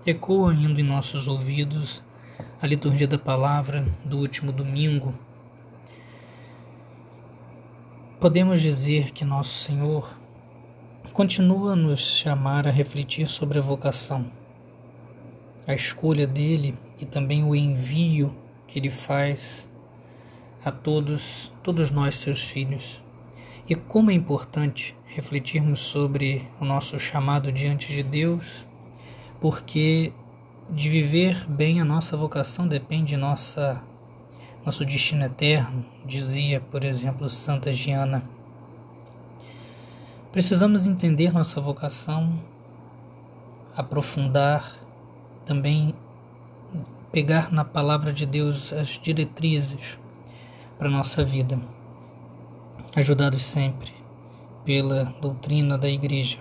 Ecoa ainda em nossos ouvidos a liturgia da palavra do último domingo. Podemos dizer que nosso Senhor continua a nos chamar a refletir sobre a vocação, a escolha dele e também o envio que ele faz a todos nós, seus filhos. E como é importante refletirmos sobre o nosso chamado diante de Deus, porque de viver bem a nossa vocação depende nosso destino eterno, dizia, por exemplo, Santa Giana. Precisamos entender nossa vocação, aprofundar, também pegar na palavra de Deus as diretrizes para a nossa vida, ajudados sempre pela doutrina da Igreja.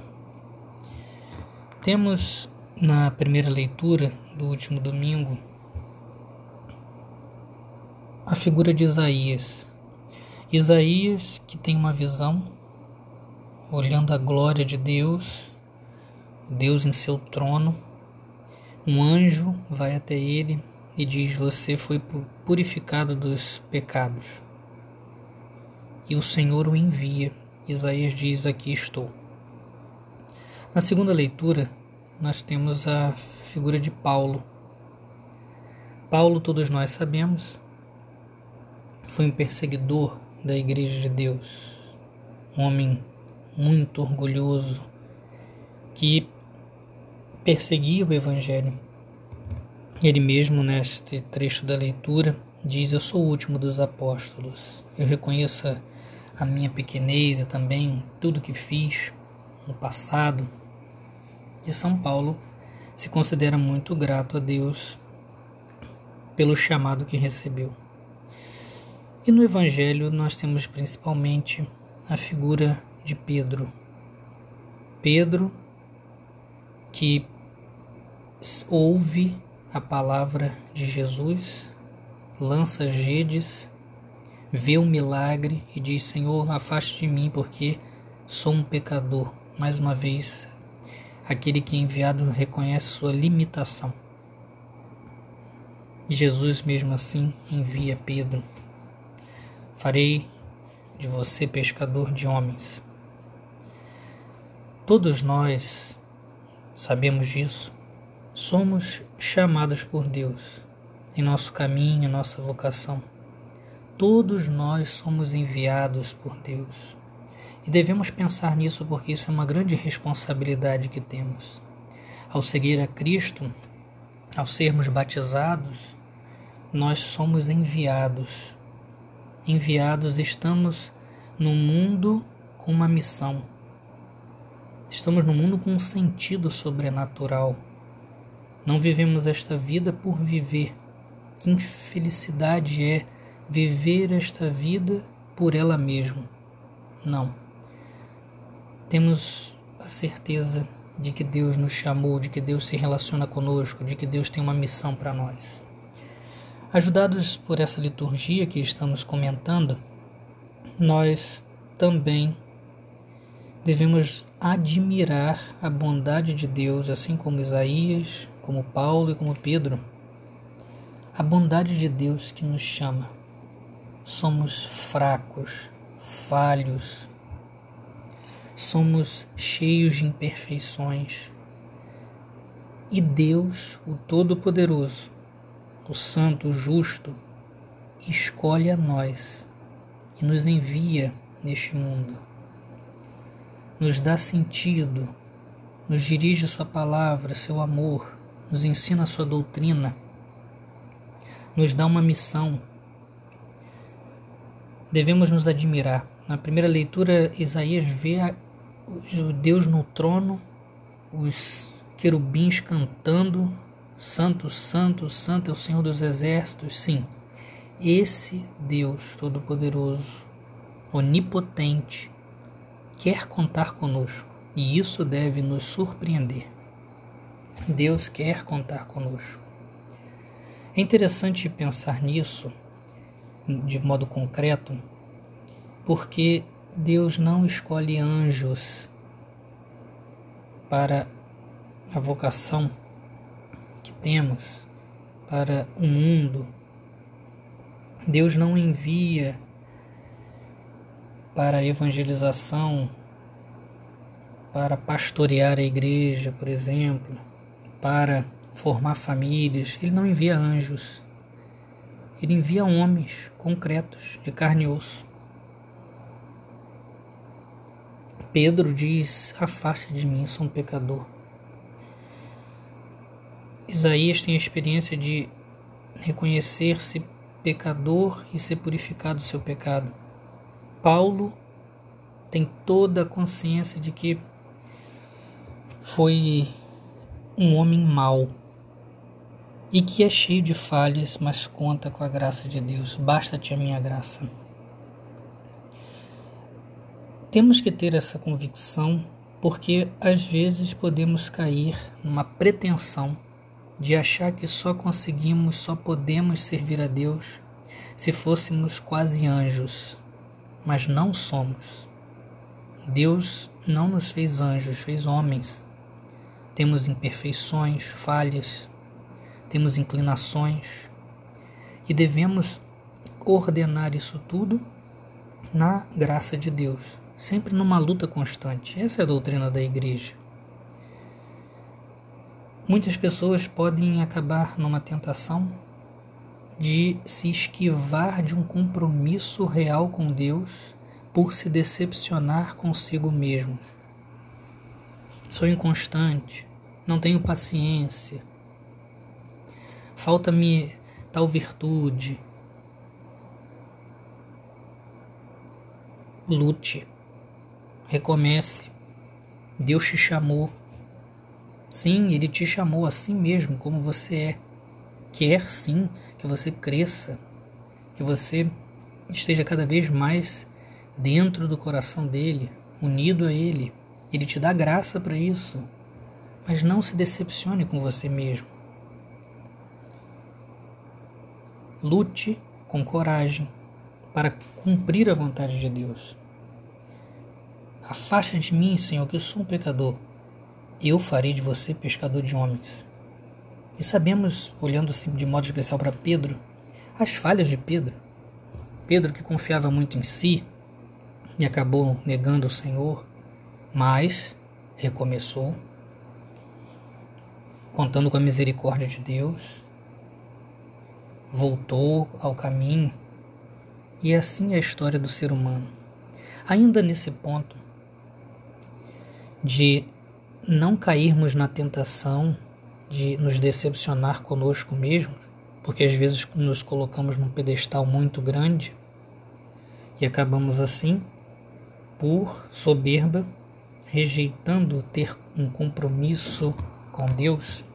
Temos na primeira leitura do último domingo a figura de Isaías. Isaías que tem uma visão, olhando a glória de Deus, Deus em seu trono. Um anjo vai até ele e diz: você foi purificado dos pecados. E o Senhor o envia. Isaías diz: aqui estou. Na segunda leitura, nós temos a figura de Paulo. Paulo, todos nós sabemos, foi um perseguidor da Igreja de Deus, um homem muito orgulhoso que perseguia o Evangelho. Ele mesmo, neste trecho da leitura, diz: eu sou o último dos apóstolos. Eu reconheço a minha pequenez e também tudo que fiz no passado. E São Paulo se considera muito grato a Deus pelo chamado que recebeu. E no Evangelho nós temos principalmente a figura de Pedro. Pedro que ouve a palavra de Jesus, lança as redes, vê o milagre e diz: Senhor, afaste de mim porque sou um pecador. Mais uma vez, aquele que é enviado reconhece sua limitação. Jesus mesmo assim envia Pedro: farei de você pescador de homens. Todos nós sabemos disso. Somos chamados por Deus em nosso caminho, em nossa vocação. Todos nós somos enviados por Deus. E devemos pensar nisso porque isso é uma grande responsabilidade que temos. Ao seguir a Cristo, ao sermos batizados, nós somos enviados. Enviados, estamos no mundo com uma missão. Estamos no mundo com um sentido sobrenatural. Não vivemos esta vida por viver. Que infelicidade é viver esta vida por ela mesma. Não. Temos a certeza de que Deus nos chamou, de que Deus se relaciona conosco, de que Deus tem uma missão para nós. Ajudados por essa liturgia que estamos comentando, nós também devemos admirar a bondade de Deus, assim como Isaías, como Paulo e como Pedro. A bondade de Deus que nos chama. Somos fracos, falhos, somos cheios de imperfeições. E Deus, o Todo-Poderoso, o Santo, o Justo, escolhe a nós e nos envia neste mundo. Nos dá sentido, nos dirige sua palavra, seu amor, nos ensina a sua doutrina, nos dá uma missão. Devemos nos admirar. Na primeira leitura, Isaías vê Deus no trono, os querubins cantando: Santo, Santo, Santo é o Senhor dos Exércitos. Sim, esse Deus Todo-Poderoso, onipotente, quer contar conosco, e isso deve nos surpreender. Deus quer contar conosco. É interessante pensar nisso de modo concreto, porque Deus não escolhe anjos para a vocação que temos para o mundo, Deus não envia para a evangelização, para pastorear a igreja, por exemplo, para formar famílias. Ele não envia anjos. Ele envia homens concretos, de carne e osso. Pedro diz: afaste de mim, sou um pecador. Isaías tem a experiência de reconhecer-se pecador e ser purificado do seu pecado. Paulo tem toda a consciência de que foi um homem mau e que é cheio de falhas, mas conta com a graça de Deus. Basta-te a minha graça. Temos que ter essa convicção, porque às vezes podemos cair numa pretensão de achar que só conseguimos, só podemos servir a Deus se fôssemos quase anjos, mas não somos. Deus não nos fez anjos, fez homens. Temos imperfeições, falhas, temos inclinações e devemos ordenar isso tudo na graça de Deus, sempre numa luta constante. Essa é a doutrina da igreja. Muitas pessoas podem acabar numa tentação de se esquivar de um compromisso real com Deus por se decepcionar consigo mesmo. Sou inconstante, não tenho paciência, falta-me tal virtude. Lute, recomece. Deus te chamou. Sim, Ele te chamou assim mesmo, como você é. Quer sim que você cresça, que você esteja cada vez mais dentro do coração dEle, unido a Ele. Ele te dá graça para isso, mas não se decepcione com você mesmo. Lute com coragem para cumprir a vontade de Deus. Afasta de mim, Senhor, que eu sou um pecador. Eu farei de você pescador de homens. E sabemos, olhando de modo especial para Pedro, as falhas de Pedro. Pedro que confiava muito em si e acabou negando o Senhor, mas recomeçou, contando com a misericórdia de Deus, voltou ao caminho, e assim é a história do ser humano. Ainda nesse ponto de não cairmos na tentação de nos decepcionar conosco mesmos, porque às vezes nos colocamos num pedestal muito grande e acabamos assim, por soberba, rejeitando ter um compromisso com Deus.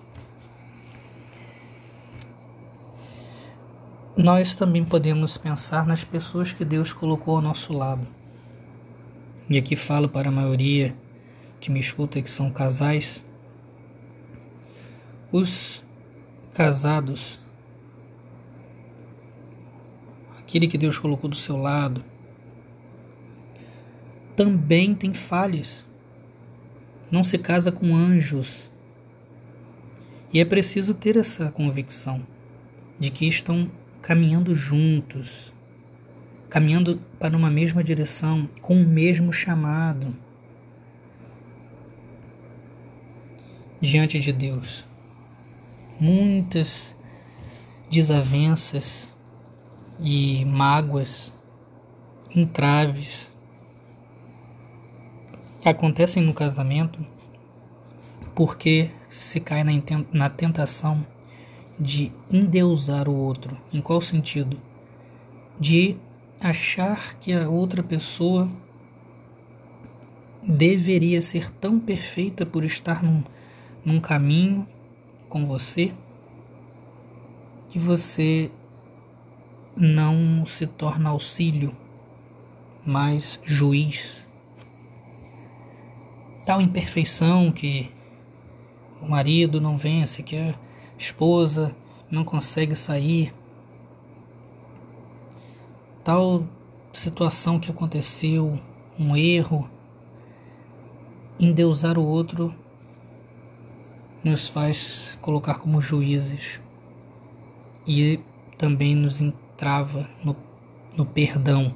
Nós também podemos pensar nas pessoas que Deus colocou ao nosso lado. E aqui falo para a maioria que me escuta que são casais. Os casados, aquele que Deus colocou do seu lado, também tem falhas. Não se casa com anjos. E é preciso ter essa convicção de que estão caminhando juntos, caminhando para uma mesma direção, com o mesmo chamado diante de Deus. Muitas desavenças e mágoas, entraves acontecem no casamento porque se cai na tentação de endeusar o outro. Em qual sentido? De achar que a outra pessoa deveria ser tão perfeita por estar num caminho com você, que você não se torna auxílio, mas juiz. Tal imperfeição que o marido não vence, que a esposa não consegue sair, tal situação que aconteceu, um erro, endeusar o outro nos faz colocar como juízes e também nos entrava no perdão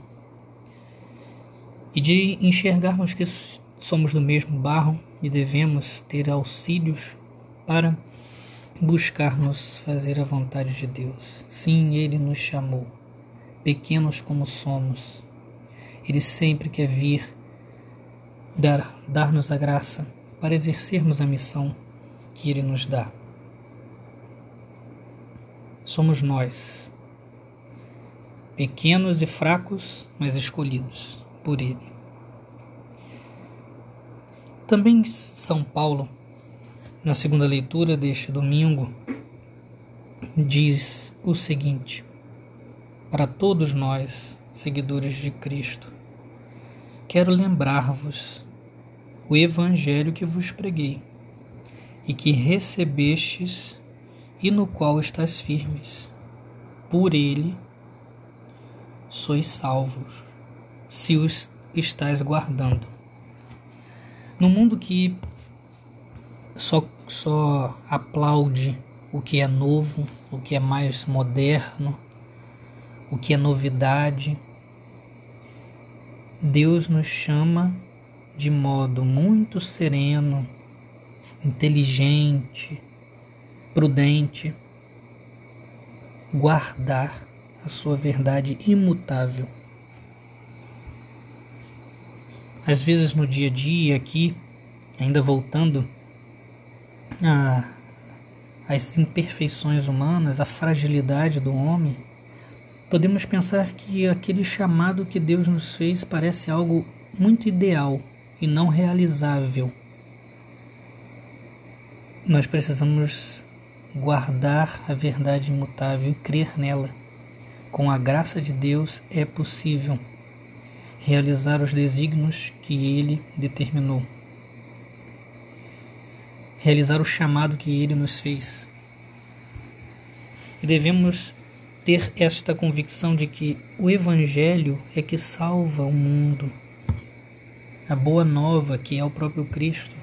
e de enxergarmos que somos do mesmo barro e devemos ter auxílios para buscarmos fazer a vontade de Deus. Sim, Ele nos chamou, pequenos como somos. Ele sempre quer vir dar-nos a graça para exercermos a missão que Ele nos dá. Somos nós, pequenos e fracos, mas escolhidos por Ele. Também São Paulo, na segunda leitura deste domingo, diz o seguinte: para todos nós, seguidores de Cristo, quero lembrar-vos o Evangelho que vos preguei e que recebestes e no qual estáis firmes. Por ele sois salvos, se os estáis guardando. No mundo que só aplaude o que é novo, o que é mais moderno, o que é novidade, Deus nos chama de modo muito sereno, inteligente, prudente, guardar a sua verdade imutável. Às vezes no dia a dia aqui, ainda voltando às imperfeições humanas, à fragilidade do homem, podemos pensar que aquele chamado que Deus nos fez parece algo muito ideal e não realizável. Nós precisamos guardar a verdade imutável e crer nela. Com a graça de Deus é possível realizar os desígnios que Ele determinou, realizar o chamado que Ele nos fez. E devemos ter esta convicção de que o Evangelho é que salva o mundo, a boa nova que é o próprio Cristo.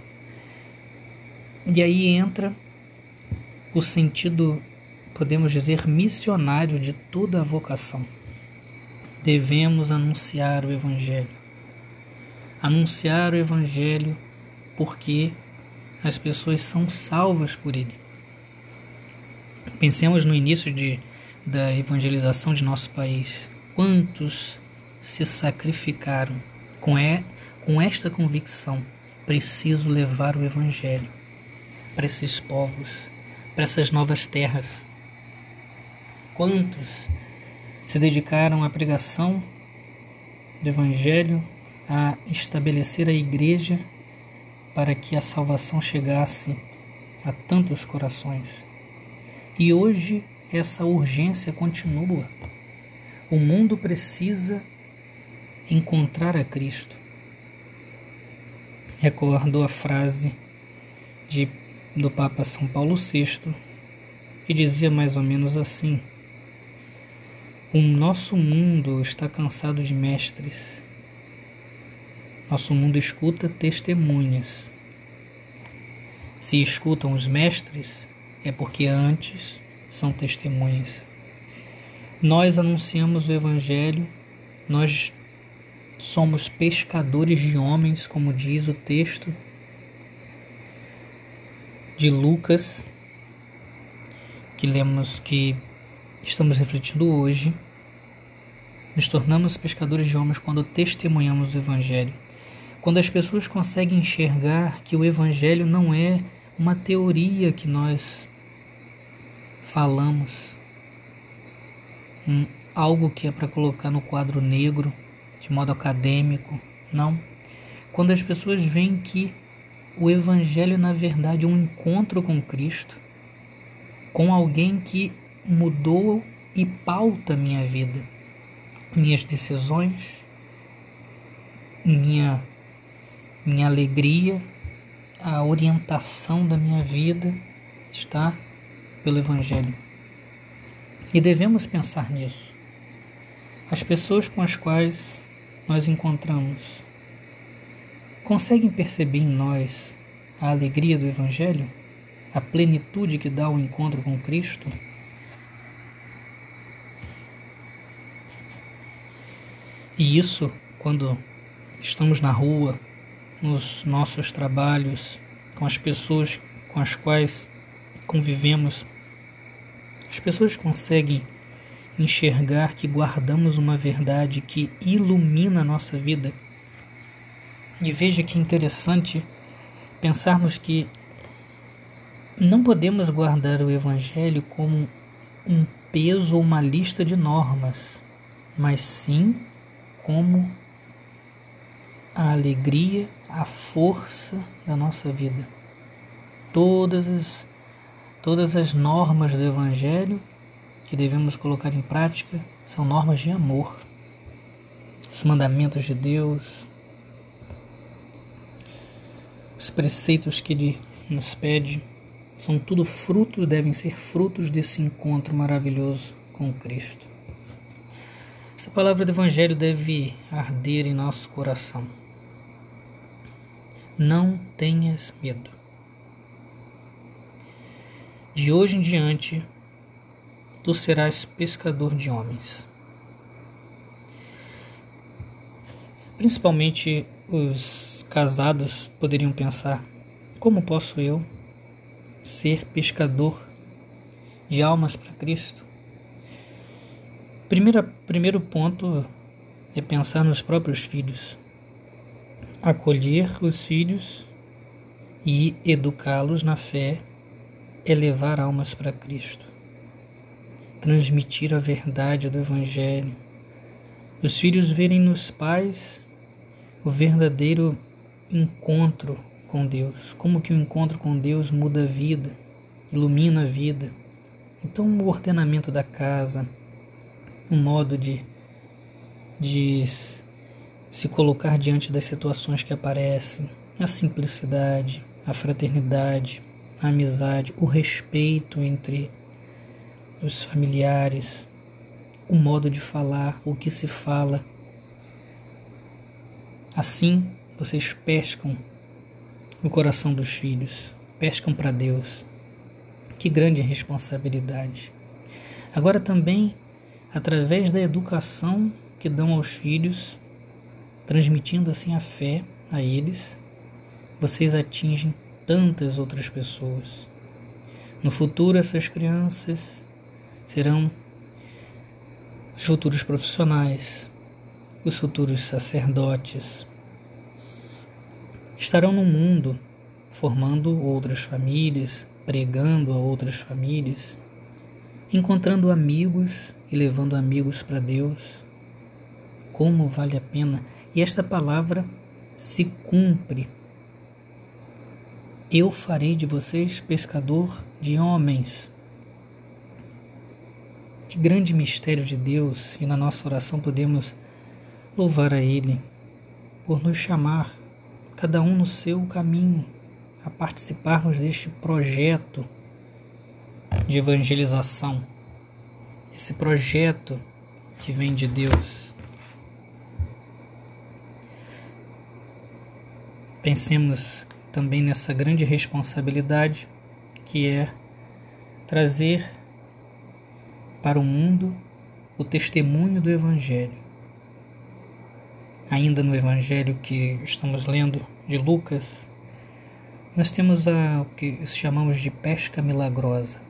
E aí entra o sentido, podemos dizer, missionário de toda a vocação. Devemos anunciar o Evangelho. Anunciar o Evangelho porque as pessoas são salvas por ele. Pensemos no início da evangelização de nosso país. Quantos se sacrificaram com esta convicção? Preciso levar o Evangelho para esses povos, para essas novas terras. Quantos se dedicaram à pregação do Evangelho, a estabelecer a igreja para que a salvação chegasse a tantos corações. E hoje essa urgência continua. O mundo precisa encontrar a Cristo. Recordo a frase do Papa São Paulo VI, que dizia mais ou menos assim: o nosso mundo está cansado de mestres. Nosso mundo escuta testemunhas. Se escutam os mestres, é porque antes são testemunhas. Nós anunciamos o Evangelho, nós somos pescadores de homens, como diz o texto de Lucas, que lemos, que estamos refletindo hoje. Nos tornamos pescadores de homens quando testemunhamos o Evangelho. Quando as pessoas conseguem enxergar que o Evangelho não é uma teoria que nós falamos, algo que é para colocar no quadro negro, de modo acadêmico, não. Quando as pessoas veem que o Evangelho é, na verdade, um encontro com Cristo, com alguém que mudou e pauta minha vida, minhas decisões, minha alegria, a orientação da minha vida está pelo Evangelho. E devemos pensar nisso. As pessoas com as quais nós encontramos conseguem perceber em nós a alegria do Evangelho? a plenitude que dá o encontro com Cristo. E isso, quando estamos na rua, nos nossos trabalhos, com as pessoas com as quais convivemos, as pessoas conseguem enxergar que guardamos uma verdade que ilumina a nossa vida. E veja que interessante pensarmos que não podemos guardar o Evangelho como um peso ou uma lista de normas, mas sim como a alegria, a força da nossa vida. Todas as normas do Evangelho que devemos colocar em prática são normas de amor. Os mandamentos de Deus, os preceitos que Ele nos pede, são tudo frutos, devem ser frutos desse encontro maravilhoso com Cristo. Essa palavra do Evangelho deve arder em nosso coração. Não tenhas medo. De hoje em diante, tu serás pescador de homens. Principalmente os casados poderiam pensar: como posso eu ser pescador de almas para Cristo? Primeiro ponto é pensar nos próprios filhos. Acolher os filhos e educá-los na fé é levar almas para Cristo. Transmitir a verdade do Evangelho. Os filhos verem nos pais o verdadeiro encontro com Deus. Como que o encontro com Deus muda a vida, ilumina a vida. Então o ordenamento da casa, o modo de se colocar diante das situações que aparecem, a simplicidade, a fraternidade, a amizade, o respeito entre os familiares, o modo de falar, o que se fala. Assim, vocês pescam no coração dos filhos, pescam para Deus. Que grande responsabilidade. Agora também, através da educação que dão aos filhos, transmitindo assim a fé a eles, vocês atingem tantas outras pessoas. No futuro, essas crianças serão os futuros profissionais, os futuros sacerdotes. Estarão no mundo formando outras famílias, pregando a outras famílias, encontrando amigos e levando amigos para Deus. Como vale a pena! E esta palavra se cumpre. Eu farei de vocês pescador de homens. Que grande mistério de Deus, e na nossa oração podemos louvar a Ele por nos chamar, cada um no seu caminho, a participarmos deste projeto de evangelização, esse projeto que vem de Deus. Pensemos também nessa grande responsabilidade que é trazer para o mundo o testemunho do Evangelho. Ainda no Evangelho que estamos lendo de Lucas, nós temos o que chamamos de pesca milagrosa.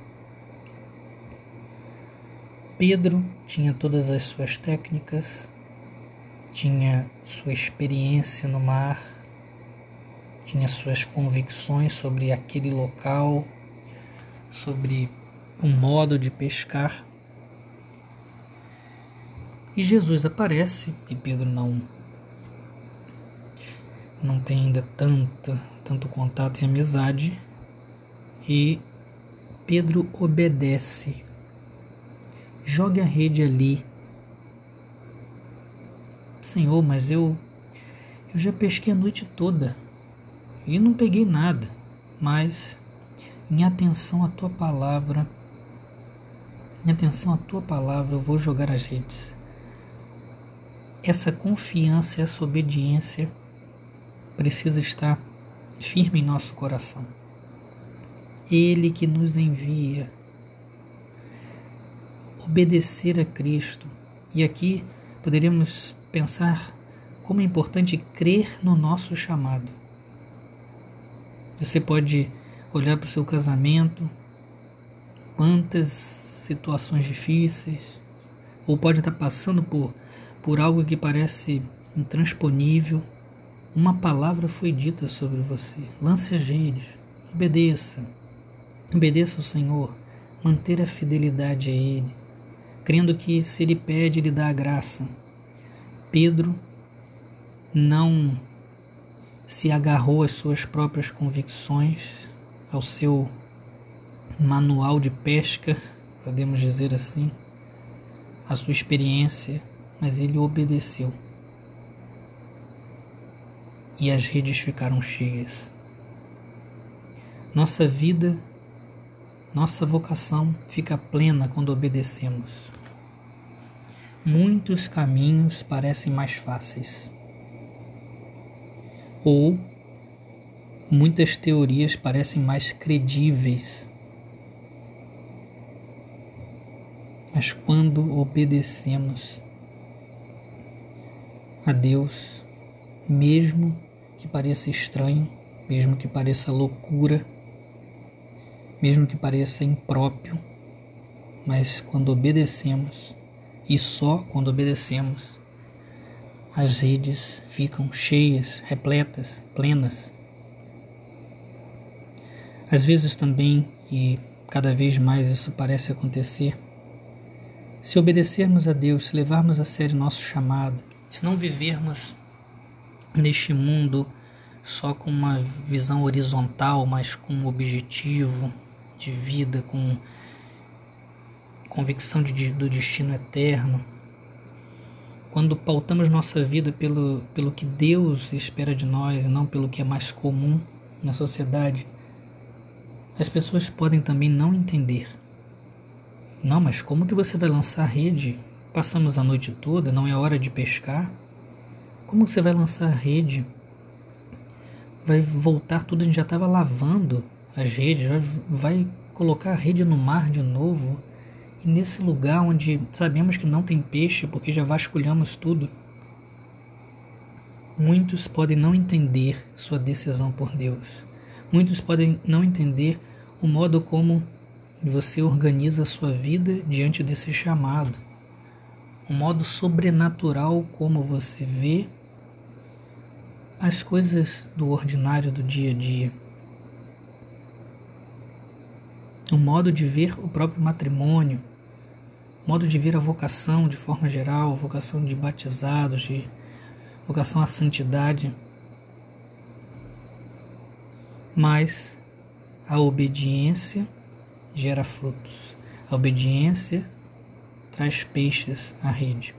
Pedro tinha todas as suas técnicas, tinha sua experiência no mar, tinha suas convicções sobre aquele local, sobre o modo de pescar. E Jesus aparece, e Pedro não tem ainda tanto contato e amizade, e Pedro obedece. Jogue a rede ali. Senhor, mas eu já pesquei a noite toda e não peguei nada, mas em atenção à tua palavra, eu vou jogar as redes. Essa confiança, essa obediência precisa estar firme em nosso coração. Ele que nos envia. Obedecer a Cristo. E aqui poderíamos pensar como é importante crer no nosso chamado. Você pode olhar para o seu casamento, quantas situações difíceis, ou pode estar passando por algo que parece intransponível. Uma palavra foi dita sobre você. Lance as redes, obedeça ao Senhor, manter a fidelidade a Ele, crendo que se Ele pede, Ele dá a graça. Pedro não se agarrou às suas próprias convicções, ao seu manual de pesca, podemos dizer assim, à sua experiência, mas ele obedeceu. E as redes ficaram cheias. Nossa vida, nossa vocação fica plena quando obedecemos. Muitos caminhos parecem mais fáceis. Ou muitas teorias parecem mais credíveis. Mas quando obedecemos a Deus, mesmo que pareça estranho, mesmo que pareça loucura, mesmo que pareça impróprio, mas quando obedecemos, e só quando obedecemos, as redes ficam cheias, repletas, plenas. Às vezes também, e cada vez mais isso parece acontecer, se obedecermos a Deus, se levarmos a sério nosso chamado, se não vivermos neste mundo só com uma visão horizontal, mas com um objetivo de vida, com convicção do destino eterno, quando pautamos nossa vida pelo que Deus espera de nós e não pelo que é mais comum na sociedade, as pessoas podem também não entender. Não, mas como que você vai lançar a rede? Passamos a noite toda, não é hora de pescar? Como você vai lançar a rede? Vai voltar tudo, a gente já estava lavando as redes, vai colocar a rede no mar de novo. E nesse lugar onde sabemos que não tem peixe porque já vasculhamos tudo. Muitos podem não entender sua decisão por Deus. Muitos podem não entender o modo como você organiza a sua vida diante desse chamado. O modo sobrenatural como você vê as coisas do ordinário do dia a dia. O modo de ver o próprio matrimônio, o modo de ver a vocação de forma geral, a vocação de batizados, de vocação à santidade. Mas a obediência gera frutos. A obediência traz peixes à rede.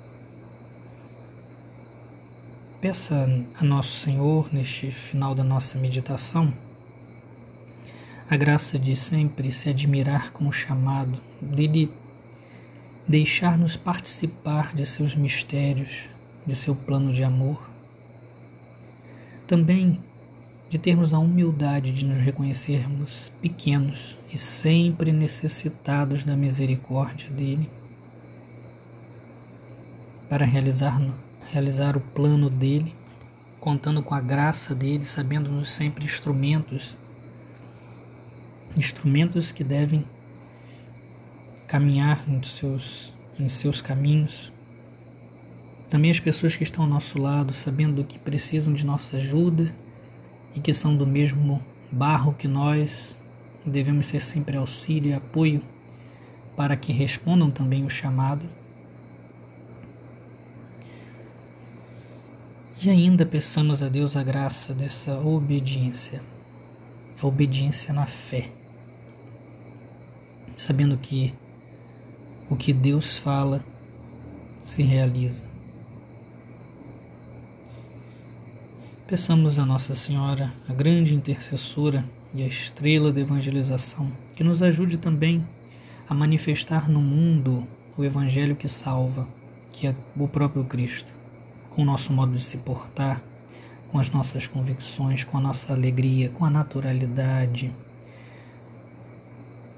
Peça a Nosso Senhor, neste final da nossa meditação, a graça de sempre se admirar com o chamado, dele deixar-nos participar de seus mistérios, de seu plano de amor. Também de termos a humildade de nos reconhecermos pequenos e sempre necessitados da misericórdia dele para realizar o plano dele, contando com a graça dele, sabendo-nos sempre instrumentos que devem caminhar em seus caminhos. Também as pessoas que estão ao nosso lado, sabendo que precisam de nossa ajuda e que são do mesmo barro que nós, devemos ser sempre auxílio e apoio para que respondam também o chamado. E ainda peçamos a Deus a graça dessa obediência, a obediência na fé, sabendo que o que Deus fala se realiza. Peçamos a Nossa Senhora, a grande intercessora e a estrela da evangelização, que nos ajude também a manifestar no mundo o Evangelho que salva, que é o próprio Cristo, com o nosso modo de se portar, com as nossas convicções, com a nossa alegria, com a naturalidade,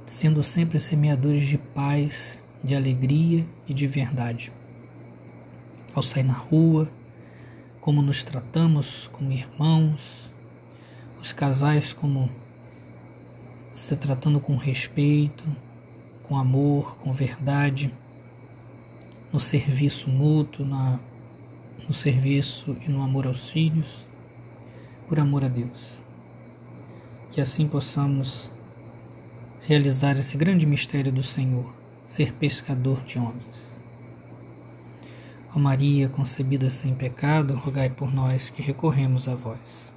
sendo sempre semeadores de paz, de alegria e de verdade. Ao sair na rua, como nos tratamos como irmãos, os casais como se tratando com respeito, com amor, com verdade, no serviço mútuo, no serviço e no amor aos filhos, por amor a Deus. Que assim possamos realizar esse grande mistério do Senhor, ser pescador de homens. Ó Maria, concebida sem pecado, rogai por nós que recorremos a vós.